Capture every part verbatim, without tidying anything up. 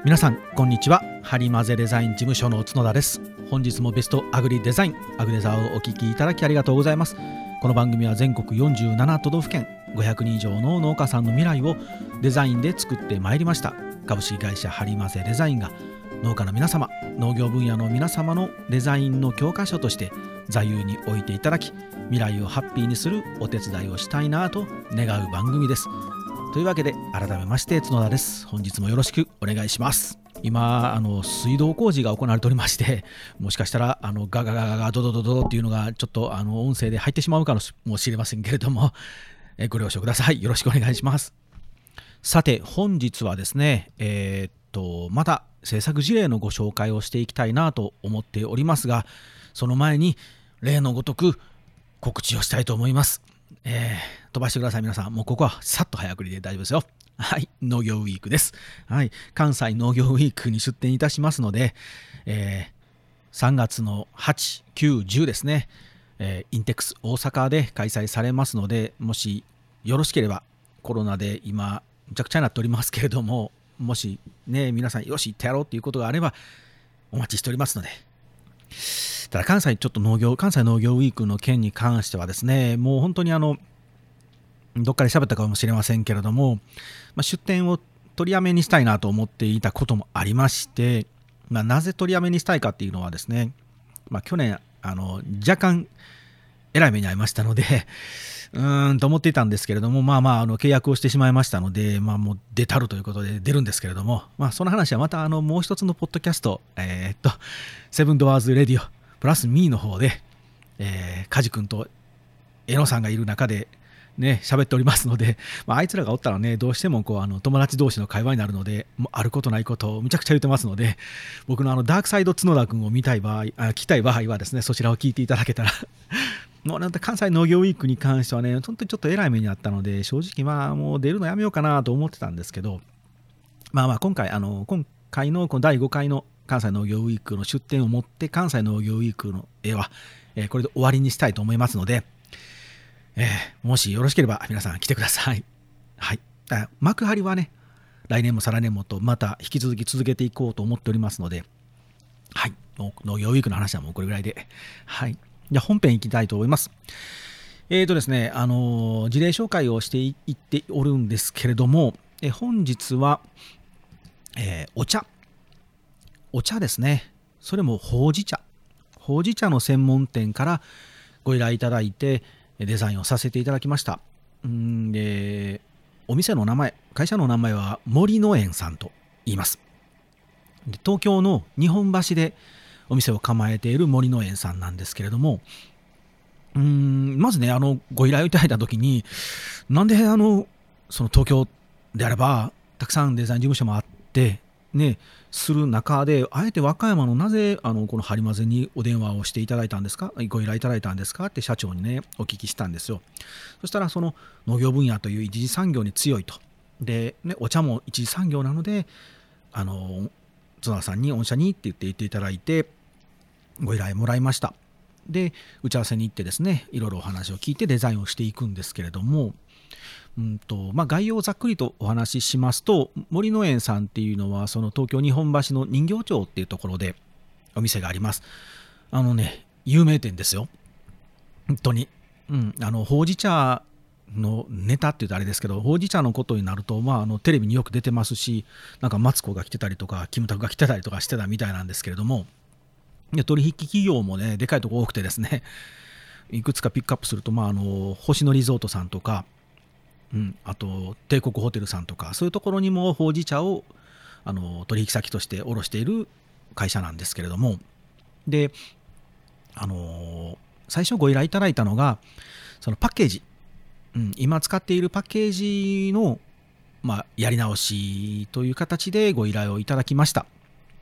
皆さんこんにちは。ハリマゼデザイン事務所の角田です。本日もベストアグリデザインアグデザーをお聞きいただきありがとうございます。この番組は全国よんじゅうなな都道府県ごひゃくにん以上の農家さんの未来をデザインで作ってまいりました株式会社ハリマゼデザインが、農家の皆様、農業分野の皆様のデザインの教科書として座右に置いていただき、未来をハッピーにするお手伝いをしたいなと願う番組です。というわけで改めまして角田です。本日もよろしくお願いします。今あの水道工事が行われておりまして、もしかしたらあのガガガガガドドドドっていうのがちょっとあの音声で入ってしまうかもしれませんけれども、えご了承ください。よろしくお願いします。さて本日はですね、えー、っとまた制作事例のご紹介をしていきたいなと思っておりますが、その前に例のごとく告知をしたいと思います。えー、飛ばしてください皆さん。もうここはさっと早送りで大丈夫ですよ。はい、農業ウィークです。はい、関西農業ウィークに出展いたしますので、えー、さんがつのはち、く、じゅうですね、えー、インテックス大阪で開催されますので、もしよろしければ、コロナで今むちゃくちゃになっておりますけれども、もしね皆さんよし行ってやろうということがあればお待ちしておりますので。ただ関西ちょっと農業関西農業ウィークの件に関してはですね、もう本当にあのどっかで喋ったかもしれませんけれども、まあ、出店を取りやめにしたいなと思っていたこともありまして、まあ、なぜ取りやめにしたいかっていうのはですね、まあ、去年あの若干えらい目に遭いましたのでうーんと思っていたんですけれども、まあまああの契約をしてしまいましたので、まあもう出たるということで出るんですけれども、まあその話はまたあのもう一つのポッドキャスト、えー、っとセブンドアーズレディオプラスミーの方で、えー、カジ君とエノさんがいる中でね喋っておりますので、まあ、あいつらがおったらねどうしてもこうあの友達同士の会話になるので、もうあることないことをむちゃくちゃ言ってますので、僕のあのダークサイド角田君を見たい場合、あ聞きたい場合はですね、そちらを聞いていただけたらもうなんて関西農業ウィークに関してはね、本当にちょっとえらい目にあったので、正直まあもう出るのやめようかなと思ってたんですけど、まあまあ今回あの今回のこのだいごかいの関西農業ウィークの出展をもって関西農業ウィークの絵は、えー、これで終わりにしたいと思いますので、えー、もしよろしければ皆さん来てください。はい。幕張はね来年も再来年もとまた引き続き続けていこうと思っておりますので、はい、農業ウィークの話はもうこれぐらいで、はい。じゃあ本編いきたいと思います。えーとですね、あのー、事例紹介をしていっておるんですけれども、えー、本日は、えー、お茶お茶ですね。それもほうじ茶ほうじ茶の専門店からご依頼いただいてデザインをさせていただきました。んでお店の名前、会社の名前は森の園さんと言います。で東京の日本橋でお店を構えている森の園さんなんですけれども、うーんまずねあのご依頼をいただいた時に、なんであのその東京であればたくさんデザイン事務所もあってねする中で、あえて和歌山のなぜあのこのハリマゼにお電話をしていただいたんですか、ご依頼いただいたんですかって社長にねお聞きしたんですよ。そしたらその農業分野という一次産業に強いと。で、ね、お茶も一次産業なのであの角田さんに御社にって言って言っていただいてご依頼もらいました。で打ち合わせに行ってですね、いろいろお話を聞いてデザインをしていくんですけれども、うんとまあ、概要をざっくりとお話ししますと、森の園さんっていうのはその東京日本橋の人形町っていうところでお店があります。あのね有名店ですよ本当に、うん、あのほうじ茶のネタって言うとあれですけど、ほうじ茶のことになると、まあ、あのテレビによく出てますし、なんかマツコが来てたりとかキムタクが来てたりとかしてたみたいなんですけれども、で取引企業もねでかいとこ多くてですね、いくつかピックアップすると、まあ、あの星野リゾートさんとか、うん、あと帝国ホテルさんとか、そういうところにもほうじ茶をあの取引先として卸している会社なんですけれども、であの最初ご依頼いただいたのがそのパッケージ、うん、今使っているパッケージの、まあ、やり直しという形でご依頼をいただきました。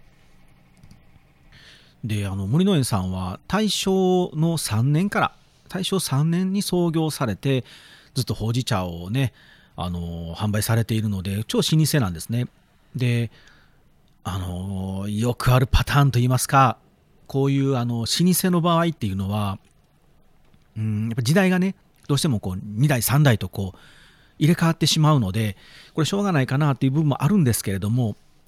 であの森の園さんは大正のさんねんから大正さんねんに創業されて、ずっとほうじ茶をねあの販売されているので超老舗なんですね。であのよくあるパターンといいますか、こういうあの老舗の場合っていうのは、うん、やっぱ時代がねどうしてもこうにだいさんだいとこう入れ替わってしまうので、これしょうがないかなっていう部分もあるんですけれども、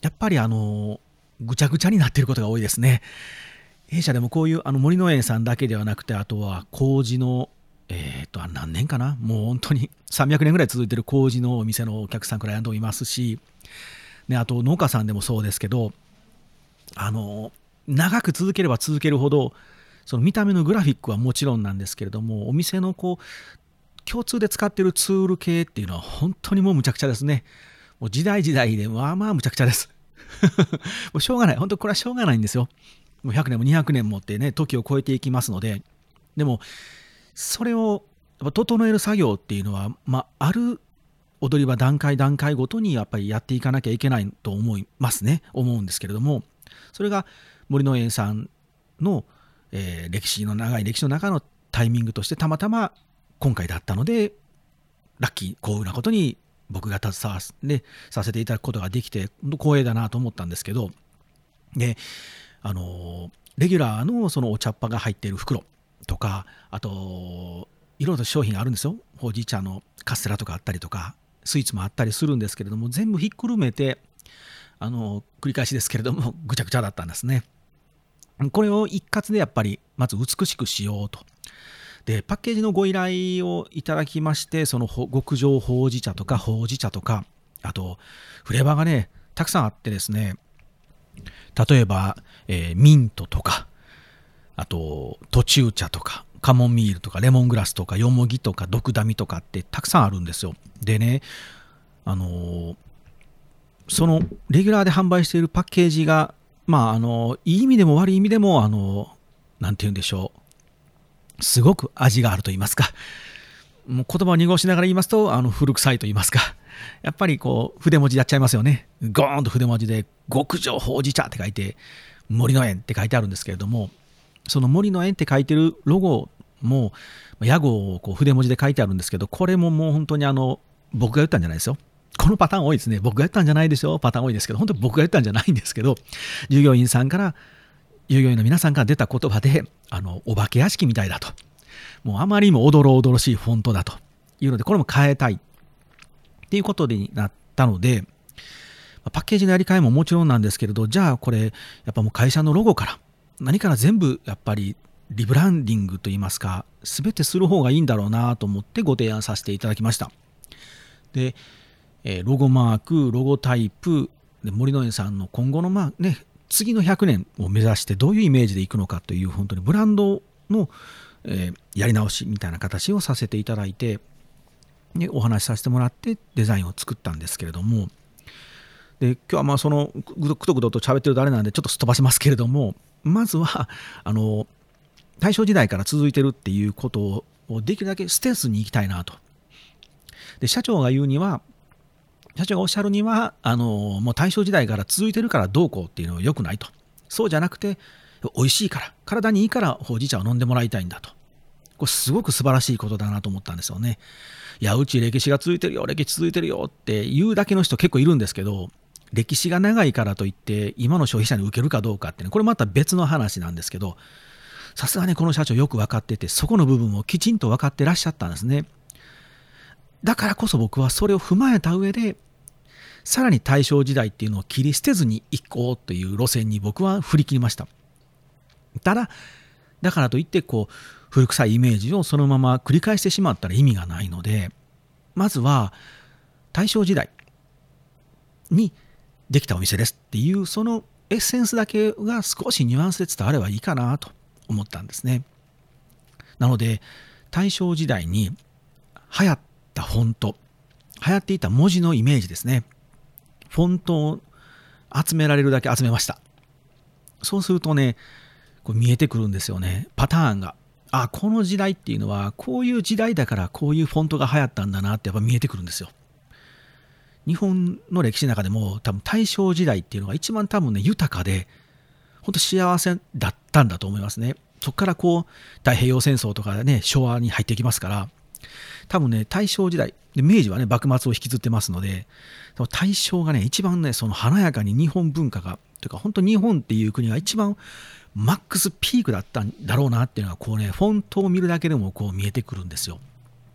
やっぱりあのぐちゃぐちゃになっていることが多いですね。弊社でもこういうあの森の園さんだけではなくて、あとは麹のえー、と何年かな、もう本当にさんびゃくねんぐらい続いてる麹のお店のお客さんクライアントもいますし、ね、あと農家さんでもそうですけど、あの長く続ければ続けるほどその見た目のグラフィックはもちろんなんですけれども、お店のこう共通で使っているツール系っていうのは本当にもうむちゃくちゃですね。もう時代時代でまあまあむちゃくちゃですもうしょうがない、本当これはしょうがないんですよ。もうひゃくねんもにひゃくねんもってね、時を超えていきますので。でもそれをやっぱ整える作業っていうのは、まあ、ある踊り場段階段階ごとにやっぱりやっていかなきゃいけないと思いますね、思うんですけれども、それが森の園さんの、えー、歴史の長い歴史の中のタイミングとしてたまたま今回だったので、ラッキー幸運なことに僕が携わってさせていただくことができて光栄だなと思ったんですけど、であのレギュラーのそのお茶っ葉が入っている袋とか、あといろいろと商品があるんですよ。ほうじ茶のカステラとかあったりとか、スイーツもあったりするんですけれども、全部ひっくるめてあの繰り返しですけれどもぐちゃぐちゃだったんですね。これを一括でやっぱりまず美しくしようと。でパッケージのご依頼をいただきまして、その極上ほうじ茶とかほうじ茶とか、あとフレーバーがねたくさんあってですね、例えば、えー、ミントとか、あと途中茶とかカモミールとかレモングラスとかヨモギとかドクダミとかってたくさんあるんですよ。でね、あのー、そのレギュラーで販売しているパッケージが、まああのいい意味でも悪い意味でも、あのなんて言うんでしょう、すごく味があると言いますか、もう言葉を濁しながら言いますと、あの古臭いと言いますか、やっぱりこう筆文字やっちゃいますよね。ゴーンと筆文字で極上ほうじ茶って書いて森の園って書いてあるんですけれども、その森の園って書いてるロゴも屋号をこう筆文字で書いてあるんですけど、これももう本当にあの僕が言ったんじゃないですよ。このパターン多いですね。僕が言ったんじゃないでしょパターン多いですけど、本当に僕が言ったんじゃないんですけど、従業員さんから従業員の皆さんから出た言葉で、あのお化け屋敷みたいだと、もうあまりにもおどろおどろしいフォントだというので、これも変えたいっていうことになったので、パッケージのやり替えももちろんなんですけれど、じゃあこれやっぱもう会社のロゴから何から全部やっぱりリブランディングといいますか、全てする方がいいんだろうなと思ってご提案させていただきました。で、えー、ロゴマーク、ロゴタイプで、森の園さんの今後のまあね次のひゃくねんを目指してどういうイメージでいくのかという、本当にブランドの、えー、やり直しみたいな形をさせていただいて、でお話しさせてもらってデザインを作ったんですけれども、で今日はまあそのぐどくどくどと喋ってるとあれなんでちょっとすっ飛ばしますけれども、まずはあの大正時代から続いてるっていうことをできるだけ捨てずにいきたいなと。で社長が言うには、社長がおっしゃるには、あのもう大正時代から続いてるからどうこうっていうのは良くないと。そうじゃなくて美味しいから、体にいいからほうじ茶を飲んでもらいたいんだと。これすごく素晴らしいことだなと思ったんですよね。いやうち歴史が続いてるよ歴史続いてるよって言うだけの人結構いるんですけど、歴史が長いからといって今の消費者に受けるかどうかってね、これまた別の話なんですけど、さすがねこの社長よく分かってて、そこの部分をきちんと分かってらっしゃったんですね。だからこそ僕はそれを踏まえた上で、さらに大正時代っていうのを切り捨てずにいこうという路線に僕は振り切りました。ただだからといってこう古臭いイメージをそのまま繰り返してしまったら意味がないので、まずは大正時代にできたお店ですっていうそのエッセンスだけが少しニュアンスで伝わればいいかなと思ったんですね。なので大正時代に流行ったフォント、流行っていた文字のイメージですね、フォントを集められるだけ集めました。そうするとねこう見えてくるんですよね、パターンが。あ、この時代っていうのはこういう時代だからこういうフォントが流行ったんだなってやっぱ見えてくるんですよ。日本の歴史の中でも多分大正時代っていうのが一番多分ね豊かで本当幸せだったんだと思いますね。そこからこう太平洋戦争とかね昭和に入っていきますから、多分ね大正時代で明治はね幕末を引きずってますので、大正がね一番ねその華やかに日本文化がというか、本当日本っていう国が一番マックスピークだったんだろうなっていうのがこうねフォントを見るだけでもこう見えてくるんですよ。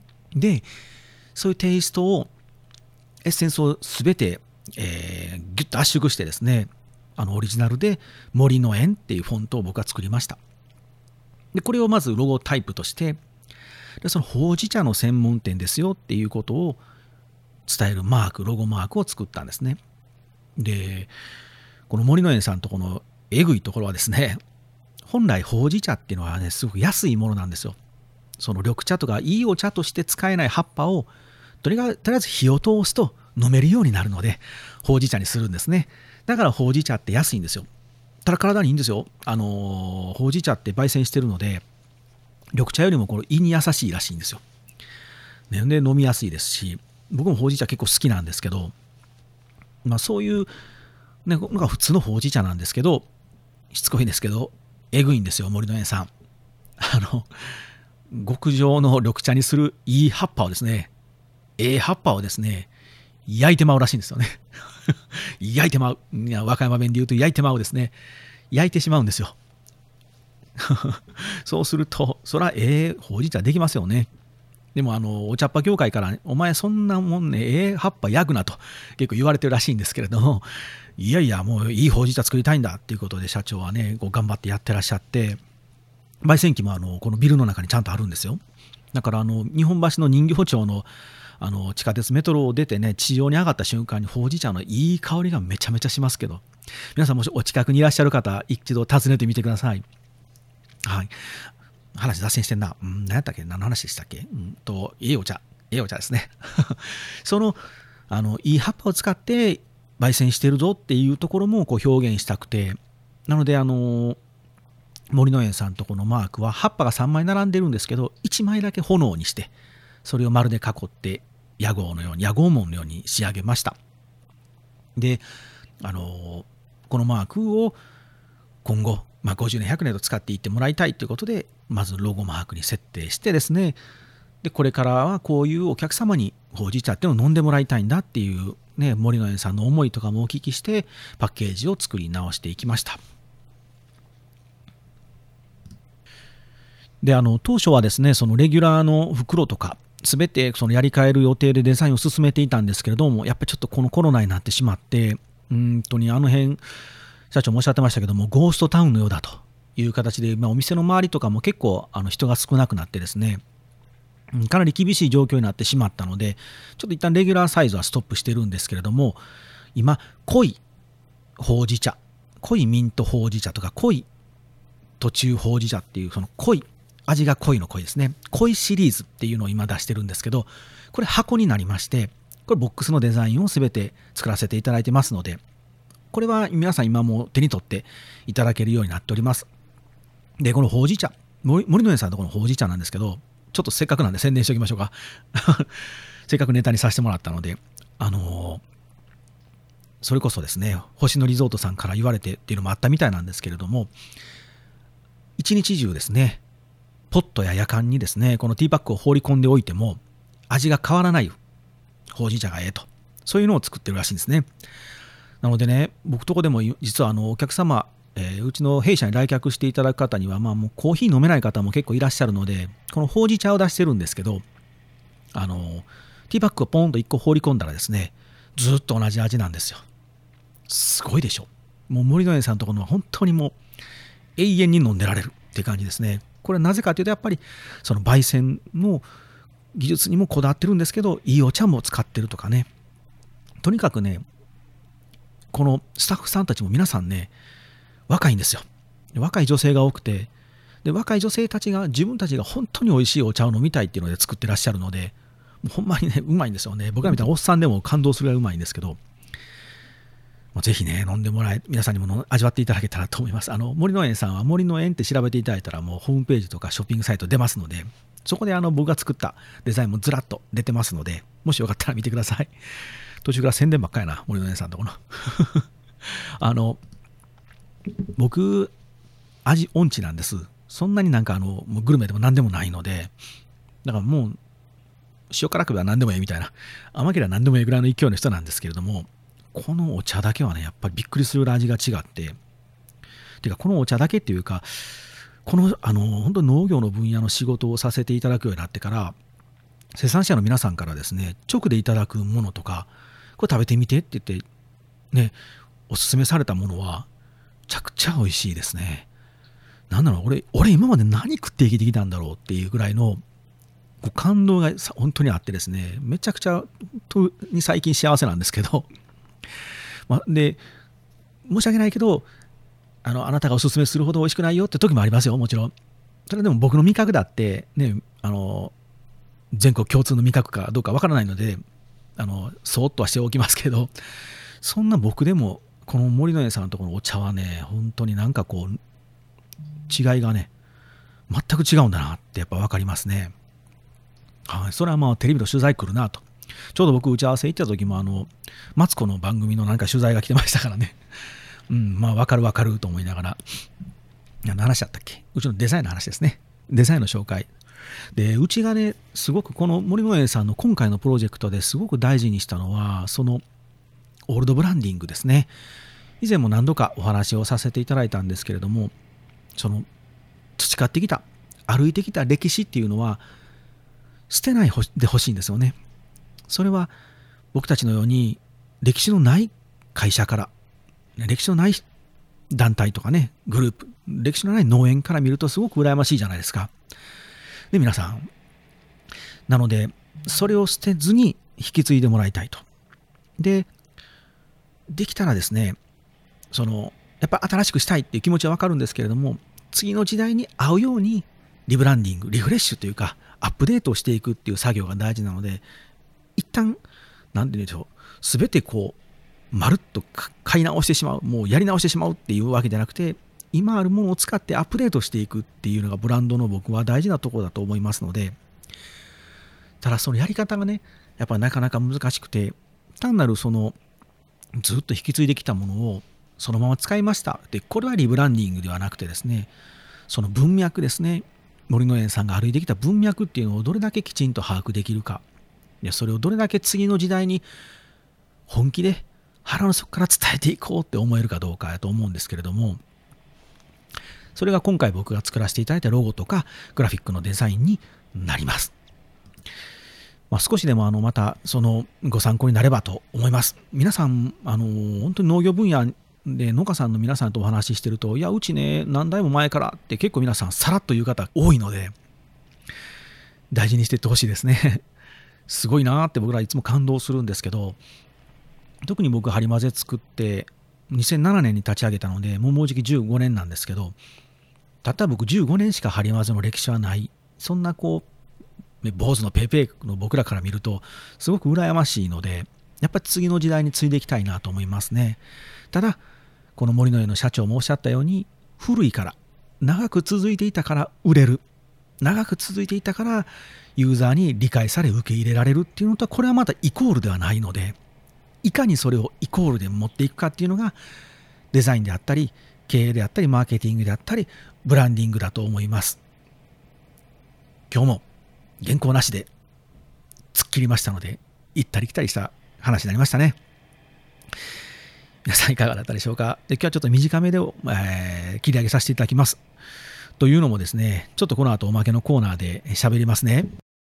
でそういうテイストをエッセンスを全て、えー、ギュッ圧縮してですね、あのオリジナルで森の園っていうフォントを僕は作りました。でこれをまずロゴタイプとして、でそのほうじ茶の専門店ですよっていうことを伝えるマーク、ロゴマークを作ったんですね。でこの森の園さんとこのえぐいところはですね、本来ほうじ茶っていうのはねすごく安いものなんですよ。その緑茶とかいいお茶として使えない葉っぱをとりあえず火を通すと飲めるようになるのでほうじ茶にするんですね。だからほうじ茶って安いんですよ。ただ体にいいんですよ。あのほうじ茶って焙煎してるので緑茶よりもこの胃に優しいらしいんですよ。ね、で飲みやすいですし、僕もほうじ茶結構好きなんですけど、まあそういう、ね、なんか普通のほうじ茶なんですけど、しつこいですけどえぐいんですよ森の園さん。あの極上の緑茶にするいい葉っぱをですね、ええ葉っぱをですね焼いてまうらしいんですよね。焼いてまう、いや和歌山弁で言うと焼いてまうですね。焼いてしまうんですよ。そうするとそらええほうじ茶できますよね。でもあのお茶っ葉協会から、ね、お前そんなもんねええ葉っぱ焼くなと結構言われてるらしいんですけれども、いやいやもういいほうじ茶作りたいんだっていうことで社長はねこう頑張ってやってらっしゃって、焙煎機もあのこのビルの中にちゃんとあるんですよ。だからあの日本橋の人形町のあの地下鉄メトロを出てね地上に上がった瞬間にほうじ茶のいい香りがめちゃめちゃしますけど、皆さんもしお近くにいらっしゃる方一度訪ねてみてください。はい、話脱線してんな、うん、何やったっけ、何の話でしたっけ、うんといいお茶いいお茶ですね。そのあのいい葉っぱを使って焙煎してるぞっていうところもこう表現したくて、なのであの森の園さんとこのマークは葉っぱがさんまい並んでるんですけどいちまいだけ炎にしてそれを丸で囲って屋号のように屋号門のように仕上げました。であのこのマークを今後、まあ、ごじゅうねんひゃくねんと使っていってもらいたいということでまずロゴマークに設定してですね、でこれからはこういうお客様にほうじ茶っていうのを飲んでもらいたいんだっていう、ね、森の園さんの思いとかもお聞きしてパッケージを作り直していきました。であの当初はですねそのレギュラーの袋とか全てそのやり替える予定でデザインを進めていたんですけれども、やっぱりちょっとこのコロナになってしまってうんとにあの辺社長もおっしゃってましたけどもゴーストタウンのようだという形で、まあ、お店の周りとかも結構あの人が少なくなってですねかなり厳しい状況になってしまったのでちょっと一旦レギュラーサイズはストップしてるんですけれども、今濃いほうじ茶、濃いミントほうじ茶とか濃い途中ほうじ茶っていうその濃い味が濃いの濃いですね、濃いシリーズっていうのを今出してるんですけど、これ箱になりまして、これボックスのデザインを全て作らせていただいてますので、これは皆さん今もう手に取っていただけるようになっております。でこのほうじ茶、森の園さんのところのほうじ茶なんですけど、ちょっとせっかくなんで宣伝しておきましょうか。せっかくネタにさせてもらったので、あのー、それこそですね星野リゾートさんから言われてっていうのもあったみたいなんですけれども、一日中ですねポットややかんにですねこのティーパックを放り込んでおいても味が変わらないほうじ茶がええと、そういうのを作ってるらしいんですね。なのでね僕とこでも実はあのお客様、えー、うちの弊社に来客していただく方には、まあ、もうコーヒー飲めない方も結構いらっしゃるのでこのほうじ茶を出してるんですけど、あのティーパックをポンといっこ放り込んだらですねずっと同じ味なんですよ。すごいでしょ。もう森の園さんのところは本当にもう永遠に飲んでられるって感じですね。これはなぜかというとやっぱりその焙煎の技術にもこだわってるんですけどいいお茶も使ってるとかね、とにかくねこのスタッフさんたちも皆さんね若いんですよ。若い女性が多くて、で若い女性たちが自分たちが本当に美味しいお茶を飲みたいっていうので作ってらっしゃるので、もうほんまにねうまいんですよね。僕らみたいなおっさんでも感動するぐらいうまいんですけど、もうぜひね飲んでもらえ皆さんにも味わっていただけたらと思います。あの森の園さんは森の園って調べていただいたらもうホームページとかショッピングサイト出ますので、そこであの僕が作ったデザインもずらっと出てますので、もしよかったら見てください。途中から宣伝ばっかりやな森の園さんのところあの僕味音痴なんです。そんなになんかあのもうグルメでも何でもないので、だからもう塩辛くは何でもええみたいな、甘ければ何でもええぐらいの勢いの人なんですけれども、このお茶だけはねやっぱりびっくりするぐらい味が違って、てかこのお茶だけっていうかこのあの本当農業の分野の仕事をさせていただくようになってから生産者の皆さんからですね直でいただくものとかこれ食べてみてって言ってねおすすめされたものはめちゃくちゃ美味しいですね。なんだろう、俺俺今まで何食って生きてきたんだろうっていうぐらいのこう感動が本当にあってですね、めちゃくちゃ本当に最近幸せなんですけど、まあ、で申し訳ないけどあのあなたがおすすめするほど美味しくないよって時もありますよ、もちろん。それでも僕の味覚だってね、あの全国共通の味覚かどうかわからないので、あのそーっとはしておきますけど、そんな僕でもこの森の家さんのところのお茶はね、本当になんかこう違いがね全く違うんだなってやっぱ分かりますね。はい、それはまあテレビの取材来るなと。ちょうど僕打ち合わせ行った時もあのマツコの番組のなんか取材が来てましたからね。うん、まあ分かる分かると思いながら、何の話だったっけ、うちのデザインの話ですね。デザインの紹介で、うちがねすごくこの森の家さんの今回のプロジェクトですごく大事にしたのはそのオールドブランディングですね。以前も何度かお話をさせていただいたんですけれども、その培ってきた歩いてきた歴史っていうのは捨てないでほしいんですよね。それは僕たちのように歴史のない会社から、歴史のない団体とかね、グループ、歴史のない農園から見るとすごく羨ましいじゃないですか。で皆さん、なのでそれを捨てずに引き継いでもらいたいと。でできたらですね、そのやっぱ新しくしたいっていう気持ちは分かるんですけれども、次の時代に合うようにリブランディング、リフレッシュというかアップデートをしていくっていう作業が大事なので、一旦何て言うんでしょう、全てこうまるっと買い直してしまう、もうやり直してしまうっていうわけじゃなくて、今あるものを使ってアップデートしていくっていうのがブランドの僕は大事なところだと思いますので、ただそのやり方がねやっぱりなかなか難しくて、単なるそのずっと引き継いできたものをそのまま使いましたで、これはリブランディングではなくてですね、その文脈ですね、森の園さんが歩いてきた文脈っていうのをどれだけきちんと把握できるか、いやそれをどれだけ次の時代に本気で腹の底から伝えていこうって思えるかどうかやと思うんですけれども、それが今回僕が作らせていただいたロゴとかグラフィックのデザインになります。まあ、少しでもあのまたそのご参考になればと思います。皆さんあの本当に農業分野で農家さんの皆さんとお話ししてると、いやうちね何代も前からって結構皆さんさらっと言う方多いので、大事にしていってほしいですね。すごいなーって僕らいつも感動するんですけど、特に僕ハリマゼ作ってにせんななねんに立ち上げたので、もうもうじきじゅうごねんなんですけど、たった僕じゅうごねんしかハリマゼの歴史はない、そんなこう坊主のペーペーの僕らから見るとすごく羨ましいので、やっぱり次の時代に継いでいきたいなと思いますね。ただこの森の家の社長もおっしゃったように、古いから長く続いていたから売れる、長く続いていたからユーザーに理解され受け入れられるっていうのとは、これはまたイコールではないので、いかにそれをイコールで持っていくかっていうのがデザインであったり経営であったりマーケティングであったりブランディングだと思います。今日も原稿なしで突っ切りましたので、行ったり来たりした話になりましたね。皆さんいかがだったでしょうか。で今日はちょっと短めで、えー、切り上げさせていただきます。というのもですね、ちょっとこの後おまけのコーナーで喋りますね。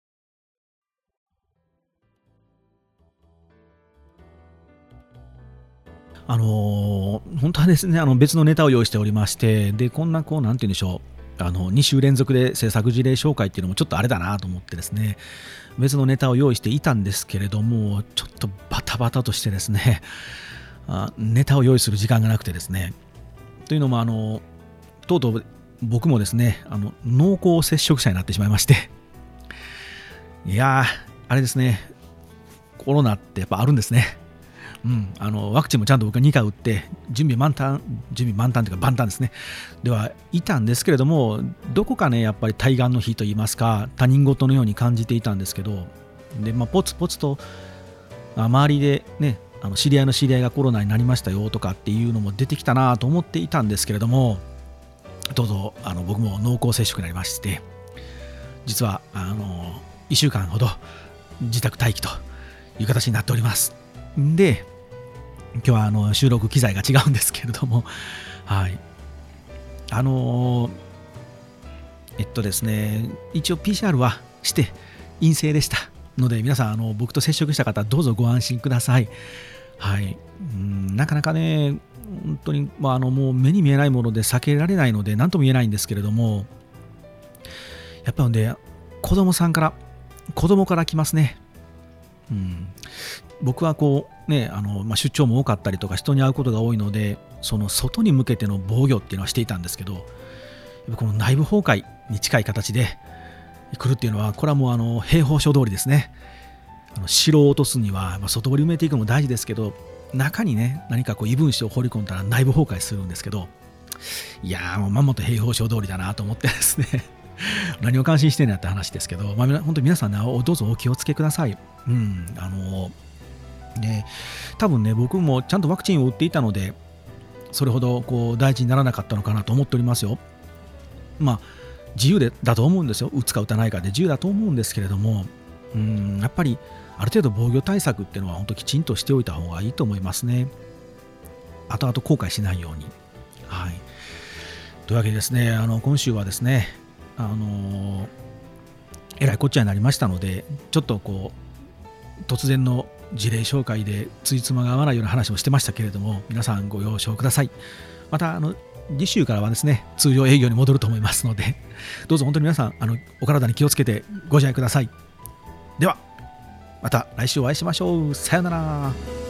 あのー、本当はですね、あの別のネタを用意しておりまして、でこんなこうなんて言うんでしょう、あのに週連続で制作事例紹介っていうのもちょっとあれだなと思ってですね、別のネタを用意していたんですけれども、ちょっとバタバタとしてですね、あネタを用意する時間がなくてですね、というのもあのとうとう僕もですね、あの濃厚接触者になってしまいまして、いやーあれですね、コロナってやっぱあるんですね。うん、あのワクチンもちゃんと僕はにかい打って準備満タン準備満タンというか万端ですねではいたんですけれども、どこかねやっぱり対岸の火といいますか他人事のように感じていたんですけど、で、まあ、ポツポツと周りでね、あの知り合いの知り合いがコロナになりましたよとかっていうのも出てきたなと思っていたんですけれども、どうぞあの僕も濃厚接触になりまして、実はあのいっしゅうかんほど自宅待機という形になっております。で今日はあの収録機材が違うんですけれども、はい、あのえっとですね一応 ピーシーアール はして陰性でしたので、皆さんあの僕と接触した方どうぞご安心ください。はい、うんなかなかね本当に、まあ、あのもう目に見えないもので避けられないので何とも言えないんですけれども、やっぱりね子供さんから子供から来ますね。うん、僕はこうねあの、まあ、出張も多かったりとか人に会うことが多いので、その外に向けての防御っていうのはしていたんですけど、やっぱこの内部崩壊に近い形で来るっていうのは、これはもうあの兵法書通りですね。あの城を落とすには、まあ、外堀埋めていくのも大事ですけど、中にね何かこう異分子を放り込んだら内部崩壊するんですけど、いやーもうまんまと兵法書通りだなと思ってですね何を感心してんやって話ですけど、まあ、本当に皆さんねどうぞお気をつけください。うんあのね多分ね僕もちゃんとワクチンを打っていたので、それほどこう大事にならなかったのかなと思っておりますよ。まあ自由でだと思うんですよ。打つか打たないかで自由だと思うんですけれども、うんやっぱりある程度防御対策っていうのは本当きちんとしておいた方がいいと思いますね。後々後悔しないように。はい。というわけでですね、あの今週はですね、あのえらいこっちゃになりましたので、ちょっとこう突然の事例紹介でついつまが合わないような話をしてましたけれども、皆さんご了承ください。またあの次週からはですね通常営業に戻ると思いますので、どうぞ本当に皆さんあのお体に気をつけてご自愛ください。ではまた来週お会いしましょう。さよなら。